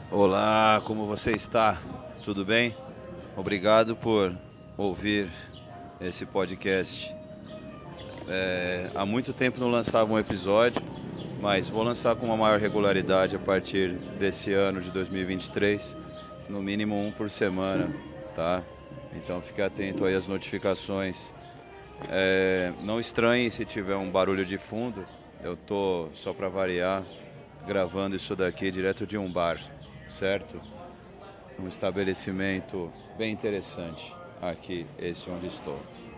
Olá, como você está? Tudo bem? Obrigado por ouvir esse podcast. Há muito tempo não lançava um episódio, mas vou lançar com uma maior regularidade a partir desse ano de 2023, no mínimo um por semana, tá? Então fique atento aí às notificações. Não estranhe se tiver um barulho de fundo, eu tô, só para variar, gravando isso daqui direto de um bar, certo? Um estabelecimento bem interessante aqui, esse onde estou.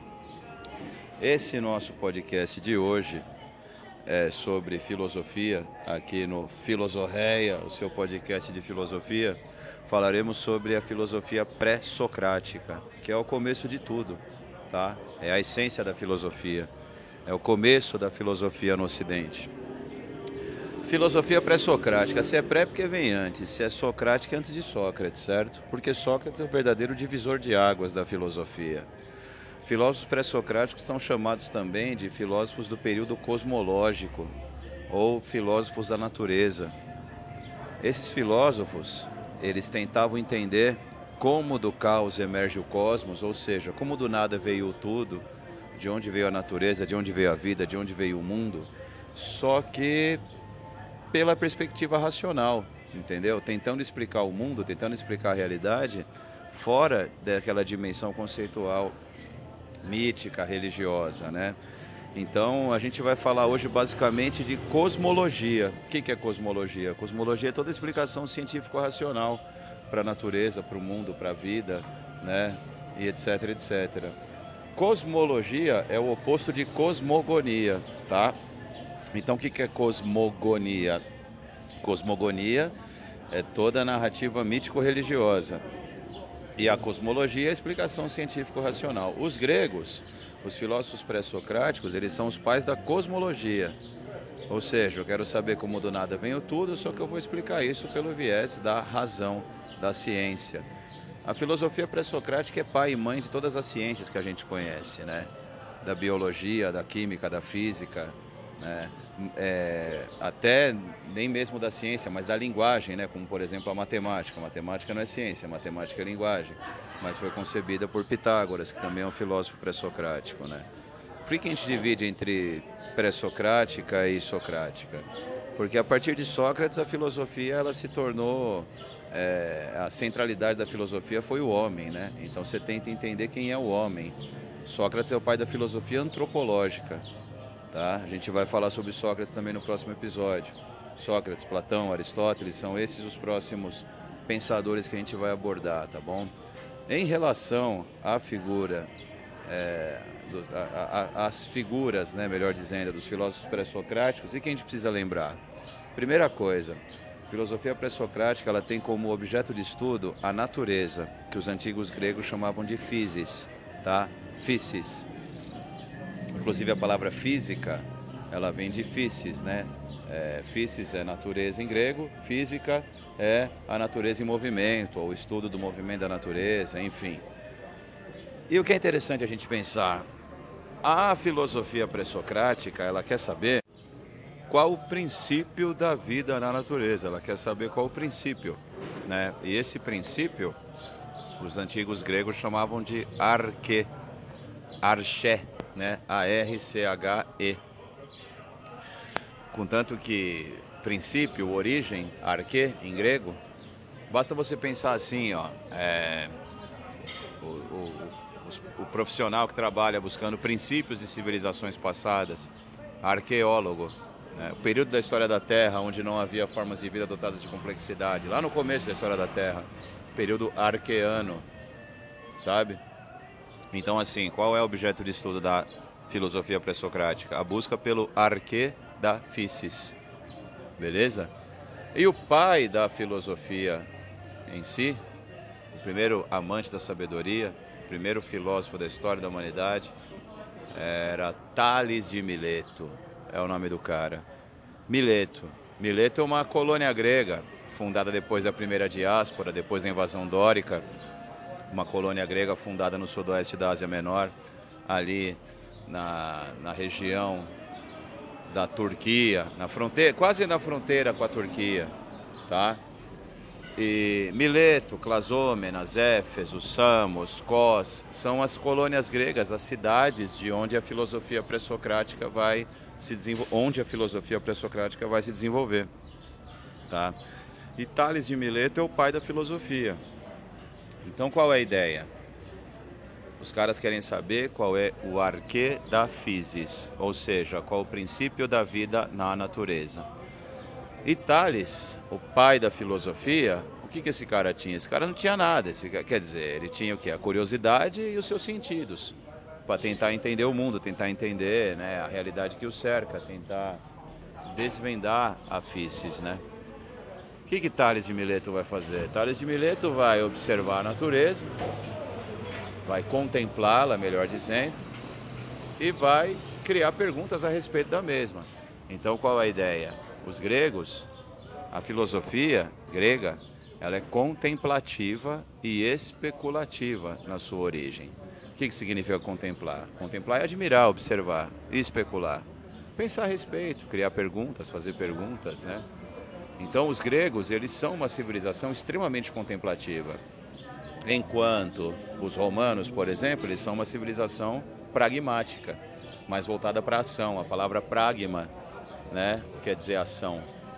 Esse nosso podcast de hoje é sobre filosofia, aqui no Filosofia, o seu podcast de filosofia. Falaremos sobre a filosofia pré-socrática, que é o começo de tudo, tá? É a essência da filosofia, é o começo da filosofia no Ocidente. Filosofia pré-socrática. Se é pré, porque vem antes. Se é socrática, é antes de Sócrates, certo? Porque Sócrates é o verdadeiro divisor de águas da filosofia. Filósofos pré-socráticos são chamados também de filósofos do período cosmológico, ou filósofos da natureza. Esses filósofos, eles tentavam entender como do caos emerge o cosmos, ou seja, como do nada veio o tudo, de onde veio a natureza, de onde veio a vida, de onde veio o mundo, só que pela perspectiva racional, entendeu? Tentando explicar o mundo, tentando explicar a realidade fora daquela dimensão conceitual, mítica, religiosa, né? Então a gente vai falar hoje basicamente de cosmologia. O que é cosmologia? Cosmologia é toda explicação científico-racional para a natureza, para o mundo, para a vida, né? E etc, etc. Cosmologia é o oposto de cosmogonia, tá? Então o que é cosmogonia? Cosmogonia é toda a narrativa mítico-religiosa. E a cosmologia é a explicação científico-racional. Os gregos, os filósofos pré-socráticos, eles são os pais da cosmologia. Ou seja, eu quero saber como do nada vem o tudo, só que eu vou explicar isso pelo viés da razão, da ciência. A filosofia pré-socrática é pai e mãe de todas as ciências que a gente conhece, né? Da biologia, da química, da física, né? Até nem mesmo da ciência, mas da linguagem, né? Como por exemplo a matemática. A matemática não é ciência, a matemática é linguagem, mas foi concebida por Pitágoras, que também é um filósofo pré-socrático, né? Por que a gente divide entre pré-socrática e socrática? Porque a partir de Sócrates a filosofia ela se tornou a centralidade da filosofia foi o homem, né? Então você tenta entender quem é o homem. Sócrates é o pai da filosofia antropológica, tá? A gente vai falar sobre Sócrates também no próximo episódio. Sócrates, Platão, Aristóteles, são esses os próximos pensadores que a gente vai abordar, tá bom? Em relação à figura, as figuras, né, melhor dizendo, dos filósofos pré-socráticos, e que a gente precisa lembrar? Primeira coisa, a filosofia pré-socrática ela tem como objeto de estudo a natureza, que os antigos gregos chamavam de physis, tá? Physis. Inclusive a palavra física, ela vem de physis, né? Physis é natureza em grego, física é a natureza em movimento, ou o estudo do movimento da natureza, enfim. E o que é interessante a gente pensar, a filosofia pré-socrática, ela quer saber qual o princípio da vida na natureza, ela quer saber qual o princípio, né? E esse princípio, os antigos gregos chamavam de arche, arché, né? A-R-C-H-E. Contanto que princípio, origem, arché, em grego, basta você pensar assim, ó, o profissional que trabalha buscando princípios de civilizações passadas, arqueólogo, né? O período da história da Terra onde não havia formas de vida dotadas de complexidade, lá no começo da história da Terra, período arqueano, sabe? Então, assim, qual é o objeto de estudo da filosofia pré-socrática? A busca pelo arquê da physis, beleza? E o pai da filosofia em si, o primeiro amante da sabedoria, o primeiro filósofo da história da humanidade, era Tales de Mileto, é o nome do cara. Mileto. Mileto é uma colônia grega, fundada depois da primeira diáspora, depois da invasão dórica, uma colônia grega fundada no sudoeste da Ásia Menor, ali na região da Turquia, na fronteira, quase na fronteira com a Turquia, tá? E Mileto, Clasômenas, Éfeso, Samos, Cos, são as colônias gregas, as cidades de onde a filosofia pré-socrática vai se desenvolver, tá? E Tales de Mileto é o pai da filosofia. Então qual é a ideia? Os caras querem saber qual é o arquê da physis, ou seja, qual é o princípio da vida na natureza. E Tales, o pai da filosofia, o que esse cara tinha? Esse cara não tinha nada, quer dizer, ele tinha o quê? A curiosidade e os seus sentidos, para tentar entender o mundo, tentar entender, né, a realidade que o cerca, tentar desvendar a physis, né? O que Tales de Mileto vai fazer? Tales de Mileto vai observar a natureza, vai contemplá-la, melhor dizendo, e vai criar perguntas a respeito da mesma. Então qual é a ideia? Os gregos, a filosofia grega, ela é contemplativa e especulativa na sua origem. O que significa contemplar? Contemplar é admirar, observar e especular. Pensar a respeito, criar perguntas, fazer perguntas, né? Então os gregos, eles são uma civilização extremamente contemplativa. Enquanto os romanos, por exemplo, eles são uma civilização pragmática, mais voltada para a ação. A palavra pragma, né, quer dizer ação.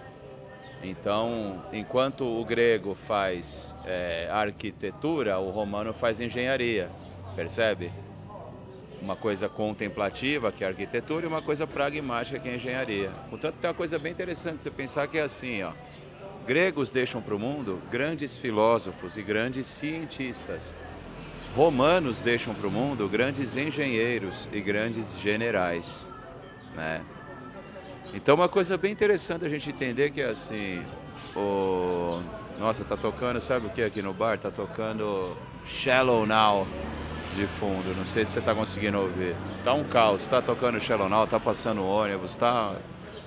Então, enquanto o grego faz arquitetura, o romano faz engenharia, percebe? Uma coisa contemplativa, que é a arquitetura, e uma coisa pragmática, que é a engenharia. Portanto, tem uma coisa bem interessante você pensar que é assim, ó. Gregos deixam para o mundo grandes filósofos e grandes cientistas. Romanos deixam para o mundo grandes engenheiros e grandes generais, né? Então uma coisa bem interessante a gente entender que é assim, nossa, tá tocando, sabe o que aqui no bar? Tá tocando Shallow Now de fundo, não sei se você tá conseguindo ouvir. Tá um caos, tá tocando Shallow Now, tá passando ônibus, tá...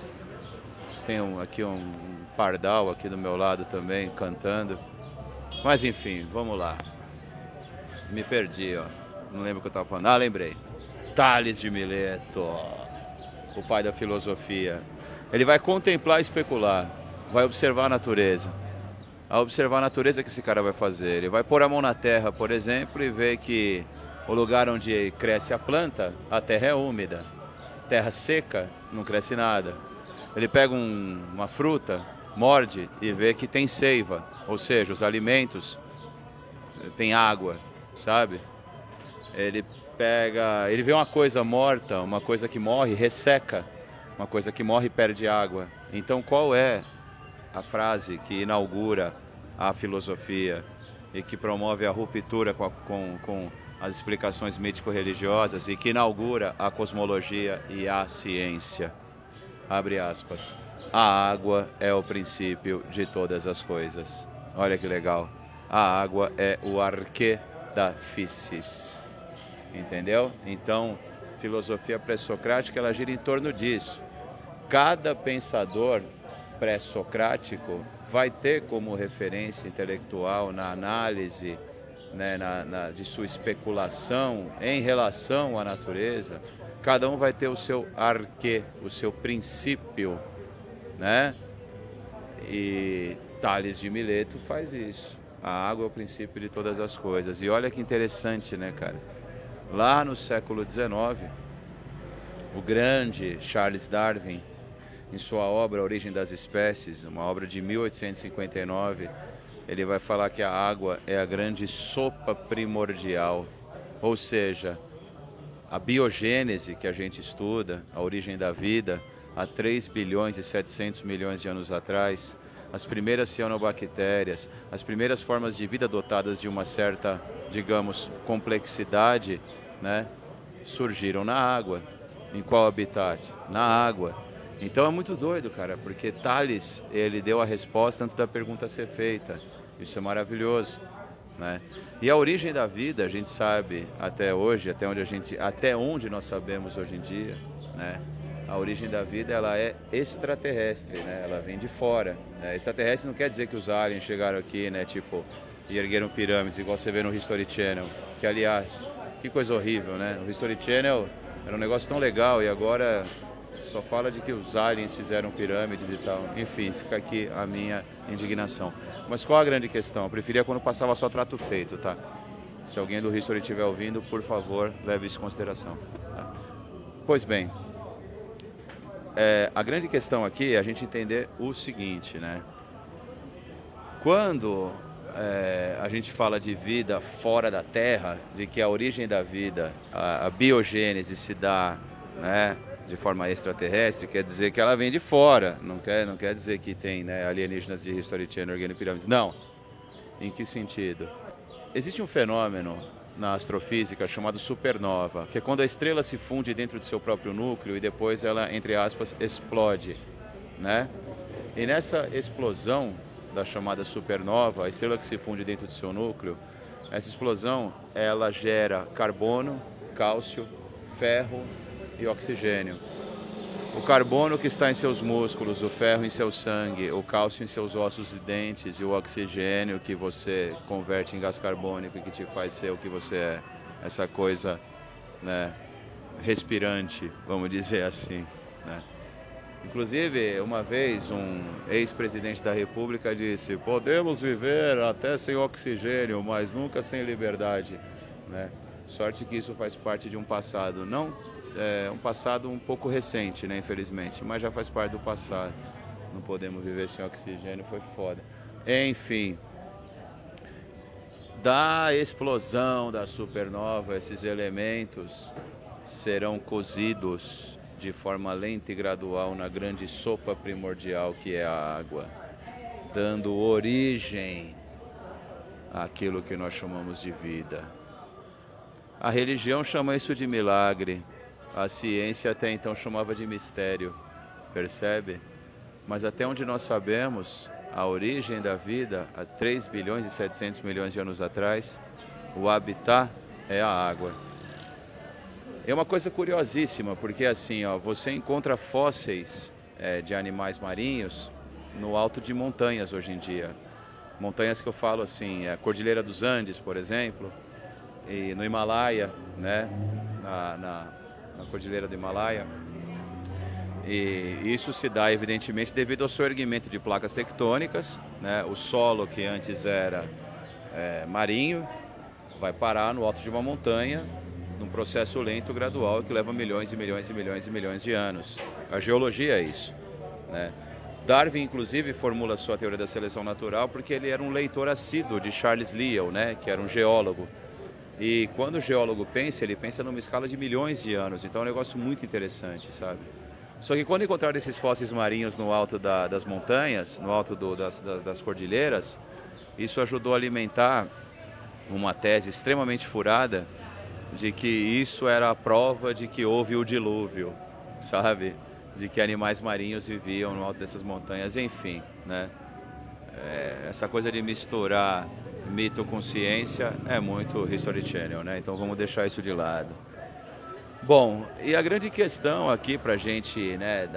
Tem aqui um pardal aqui do meu lado também, cantando. Mas enfim, vamos lá. Me perdi, ó. Não lembro o que eu tava falando. Ah, lembrei. Tales de Mileto, o pai da filosofia. Ele vai contemplar e especular, vai observar a natureza. Ao observar a natureza, que esse cara vai fazer? Ele vai pôr a mão na terra, por exemplo, e ver que o lugar onde cresce a planta, a terra é úmida. Terra seca, não cresce nada. Ele pega uma fruta, morde e vê que tem seiva, ou seja, os alimentos tem água, sabe? Ele vê uma coisa morta, uma coisa que morre, resseca, uma coisa que morre perde água. Então qual é a frase que inaugura a filosofia e que promove a ruptura com as explicações mítico-religiosas e que inaugura a cosmologia e a ciência? Abre aspas. A água é o princípio de todas as coisas. Olha que legal. A água é o arquê da physis. Entendeu? Então, filosofia pré-socrática, ela gira em torno disso. Cada pensador pré-socrático vai ter como referência intelectual na análise, né, de sua especulação em relação à natureza, cada um vai ter o seu arquê, o seu princípio, né? E Tales de Mileto faz isso. A água é o princípio de todas as coisas. E olha que interessante, né, cara? Lá no século XIX, o grande Charles Darwin, em sua obra A Origem das Espécies, uma obra de 1859, ele vai falar que a água é a grande sopa primordial, ou seja, a biogênese que a gente estuda, a origem da vida, há 3 bilhões e 700 milhões de anos atrás, as primeiras cianobactérias, as primeiras formas de vida dotadas de uma certa, digamos, complexidade, né, surgiram na água. Em qual habitat? Na água. Então é muito doido, cara, porque Tales, ele deu a resposta antes da pergunta ser feita. Isso é maravilhoso, né? E a origem da vida, a gente sabe até hoje, até onde nós sabemos hoje em dia, né? A origem da vida, ela é extraterrestre, né? Ela vem de fora. Extraterrestre não quer dizer que os aliens chegaram aqui, né? Tipo, e ergueram pirâmides, igual você vê no History Channel. Que, aliás, que coisa horrível, né? O History Channel era um negócio tão legal e agora só fala de que os aliens fizeram pirâmides e tal. Enfim, fica aqui a minha indignação. Mas qual a grande questão? Eu preferia quando passava só trato feito, tá? Se alguém do History estiver ouvindo, por favor, leve isso em consideração. Tá? Pois bem, a grande questão aqui é a gente entender o seguinte, né? Quando a gente fala de vida fora da Terra, de que a origem da vida, a biogênese se dá, né, de forma extraterrestre, quer dizer que ela vem de fora, não quer dizer que tem, né, alienígenas de History Channel erguendo pirâmides. Não. Em que sentido? Existe um fenômeno na astrofísica chamado supernova, que é quando a estrela se funde dentro do seu próprio núcleo e depois ela, entre aspas, explode, né? E nessa explosão da chamada supernova, a estrela que se funde dentro do seu núcleo, essa explosão, ela gera carbono, cálcio, ferro e oxigênio. O carbono que está em seus músculos, o ferro em seu sangue, o cálcio em seus ossos e dentes e o oxigênio que você converte em gás carbônico e que te faz ser o que você é. Essa coisa, né, respirante, vamos dizer assim, né? Inclusive, uma vez um ex-presidente da República disse: podemos viver até sem oxigênio, mas nunca sem liberdade, né? Sorte que isso faz parte de um passado, não um passado um pouco recente, né, infelizmente, mas já faz parte do passado. Não podemos viver sem oxigênio, foi foda. Enfim, da explosão da supernova, esses elementos serão cozidos de forma lenta e gradual na grande sopa primordial que é a água, dando origem àquilo que nós chamamos de vida. A religião chama isso de milagre. A ciência até então chamava de mistério, percebe? Mas até onde nós sabemos, a origem da vida, há 3 bilhões e 700 milhões de anos atrás, o habitat é a água. É uma coisa curiosíssima, porque assim, ó, você encontra fósseis de animais marinhos no alto de montanhas hoje em dia. Montanhas que eu falo assim, a Cordilheira dos Andes, por exemplo, e no Himalaia, né? Na Cordilheira do Himalaia, e isso se dá evidentemente devido ao soerguimento de placas tectônicas, né? O solo que antes era marinho vai parar no alto de uma montanha num processo lento, gradual, que leva milhões e milhões e milhões e milhões de anos. A geologia é isso, né? Darwin, inclusive, formula a sua teoria da seleção natural porque ele era um leitor assíduo de Charles Lyell, né? Que era um geólogo. E quando o geólogo pensa, ele pensa numa escala de milhões de anos. Então é um negócio muito interessante, sabe? Só que quando encontraram esses fósseis marinhos no alto das montanhas, no alto das cordilheiras, isso ajudou a alimentar uma tese extremamente furada de que isso era a prova de que houve o dilúvio, sabe? De que animais marinhos viviam no alto dessas montanhas, enfim, né? Essa coisa de misturar mito com ciência é muito History Channel, né? Então vamos deixar isso de lado. Bom, e a grande questão aqui para a gente, né,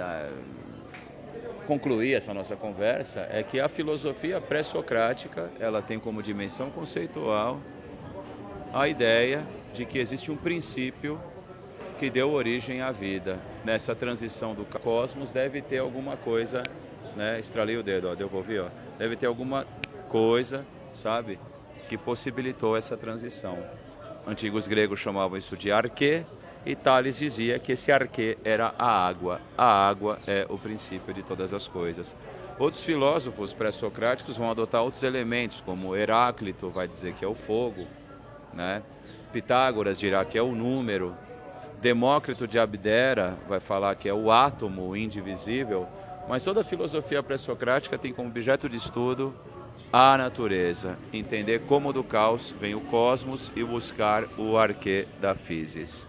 concluir essa nossa conversa é que a filosofia pré-socrática, ela tem como dimensão conceitual a ideia de que existe um princípio que deu origem à vida. Nessa transição do cosmos deve ter alguma coisa, né? Estralei o dedo, ó, deu pra ouvir, ó. Deve ter alguma coisa, sabe, que possibilitou essa transição. Antigos gregos chamavam isso de arquê, e Tales dizia que esse arquê era a água. A água é o princípio de todas as coisas. Outros filósofos pré-socráticos vão adotar outros elementos, como Heráclito vai dizer que é o fogo, né? Pitágoras dirá que é o número. Demócrito de Abdera vai falar que é o átomo, o indivisível. Mas toda a filosofia pré-socrática tem como objeto de estudo a natureza, entender como do caos vem o cosmos e buscar o arquê da physis.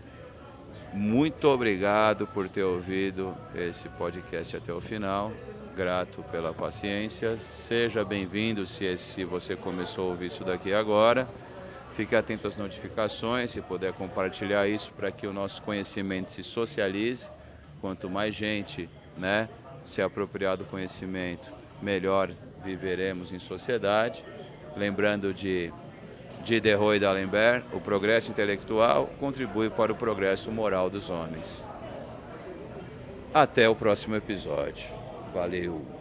Muito obrigado por ter ouvido esse podcast até o final. Grato pela paciência. Seja bem-vindo se você começou a ouvir isso daqui agora. Fique atento às notificações, se puder compartilhar isso para que o nosso conhecimento se socialize. Quanto mais gente, né, se apropriar do conhecimento, melhor viveremos em sociedade. Lembrando de Diderot e d'Alembert, o progresso intelectual contribui para o progresso moral dos homens. Até o próximo episódio. Valeu!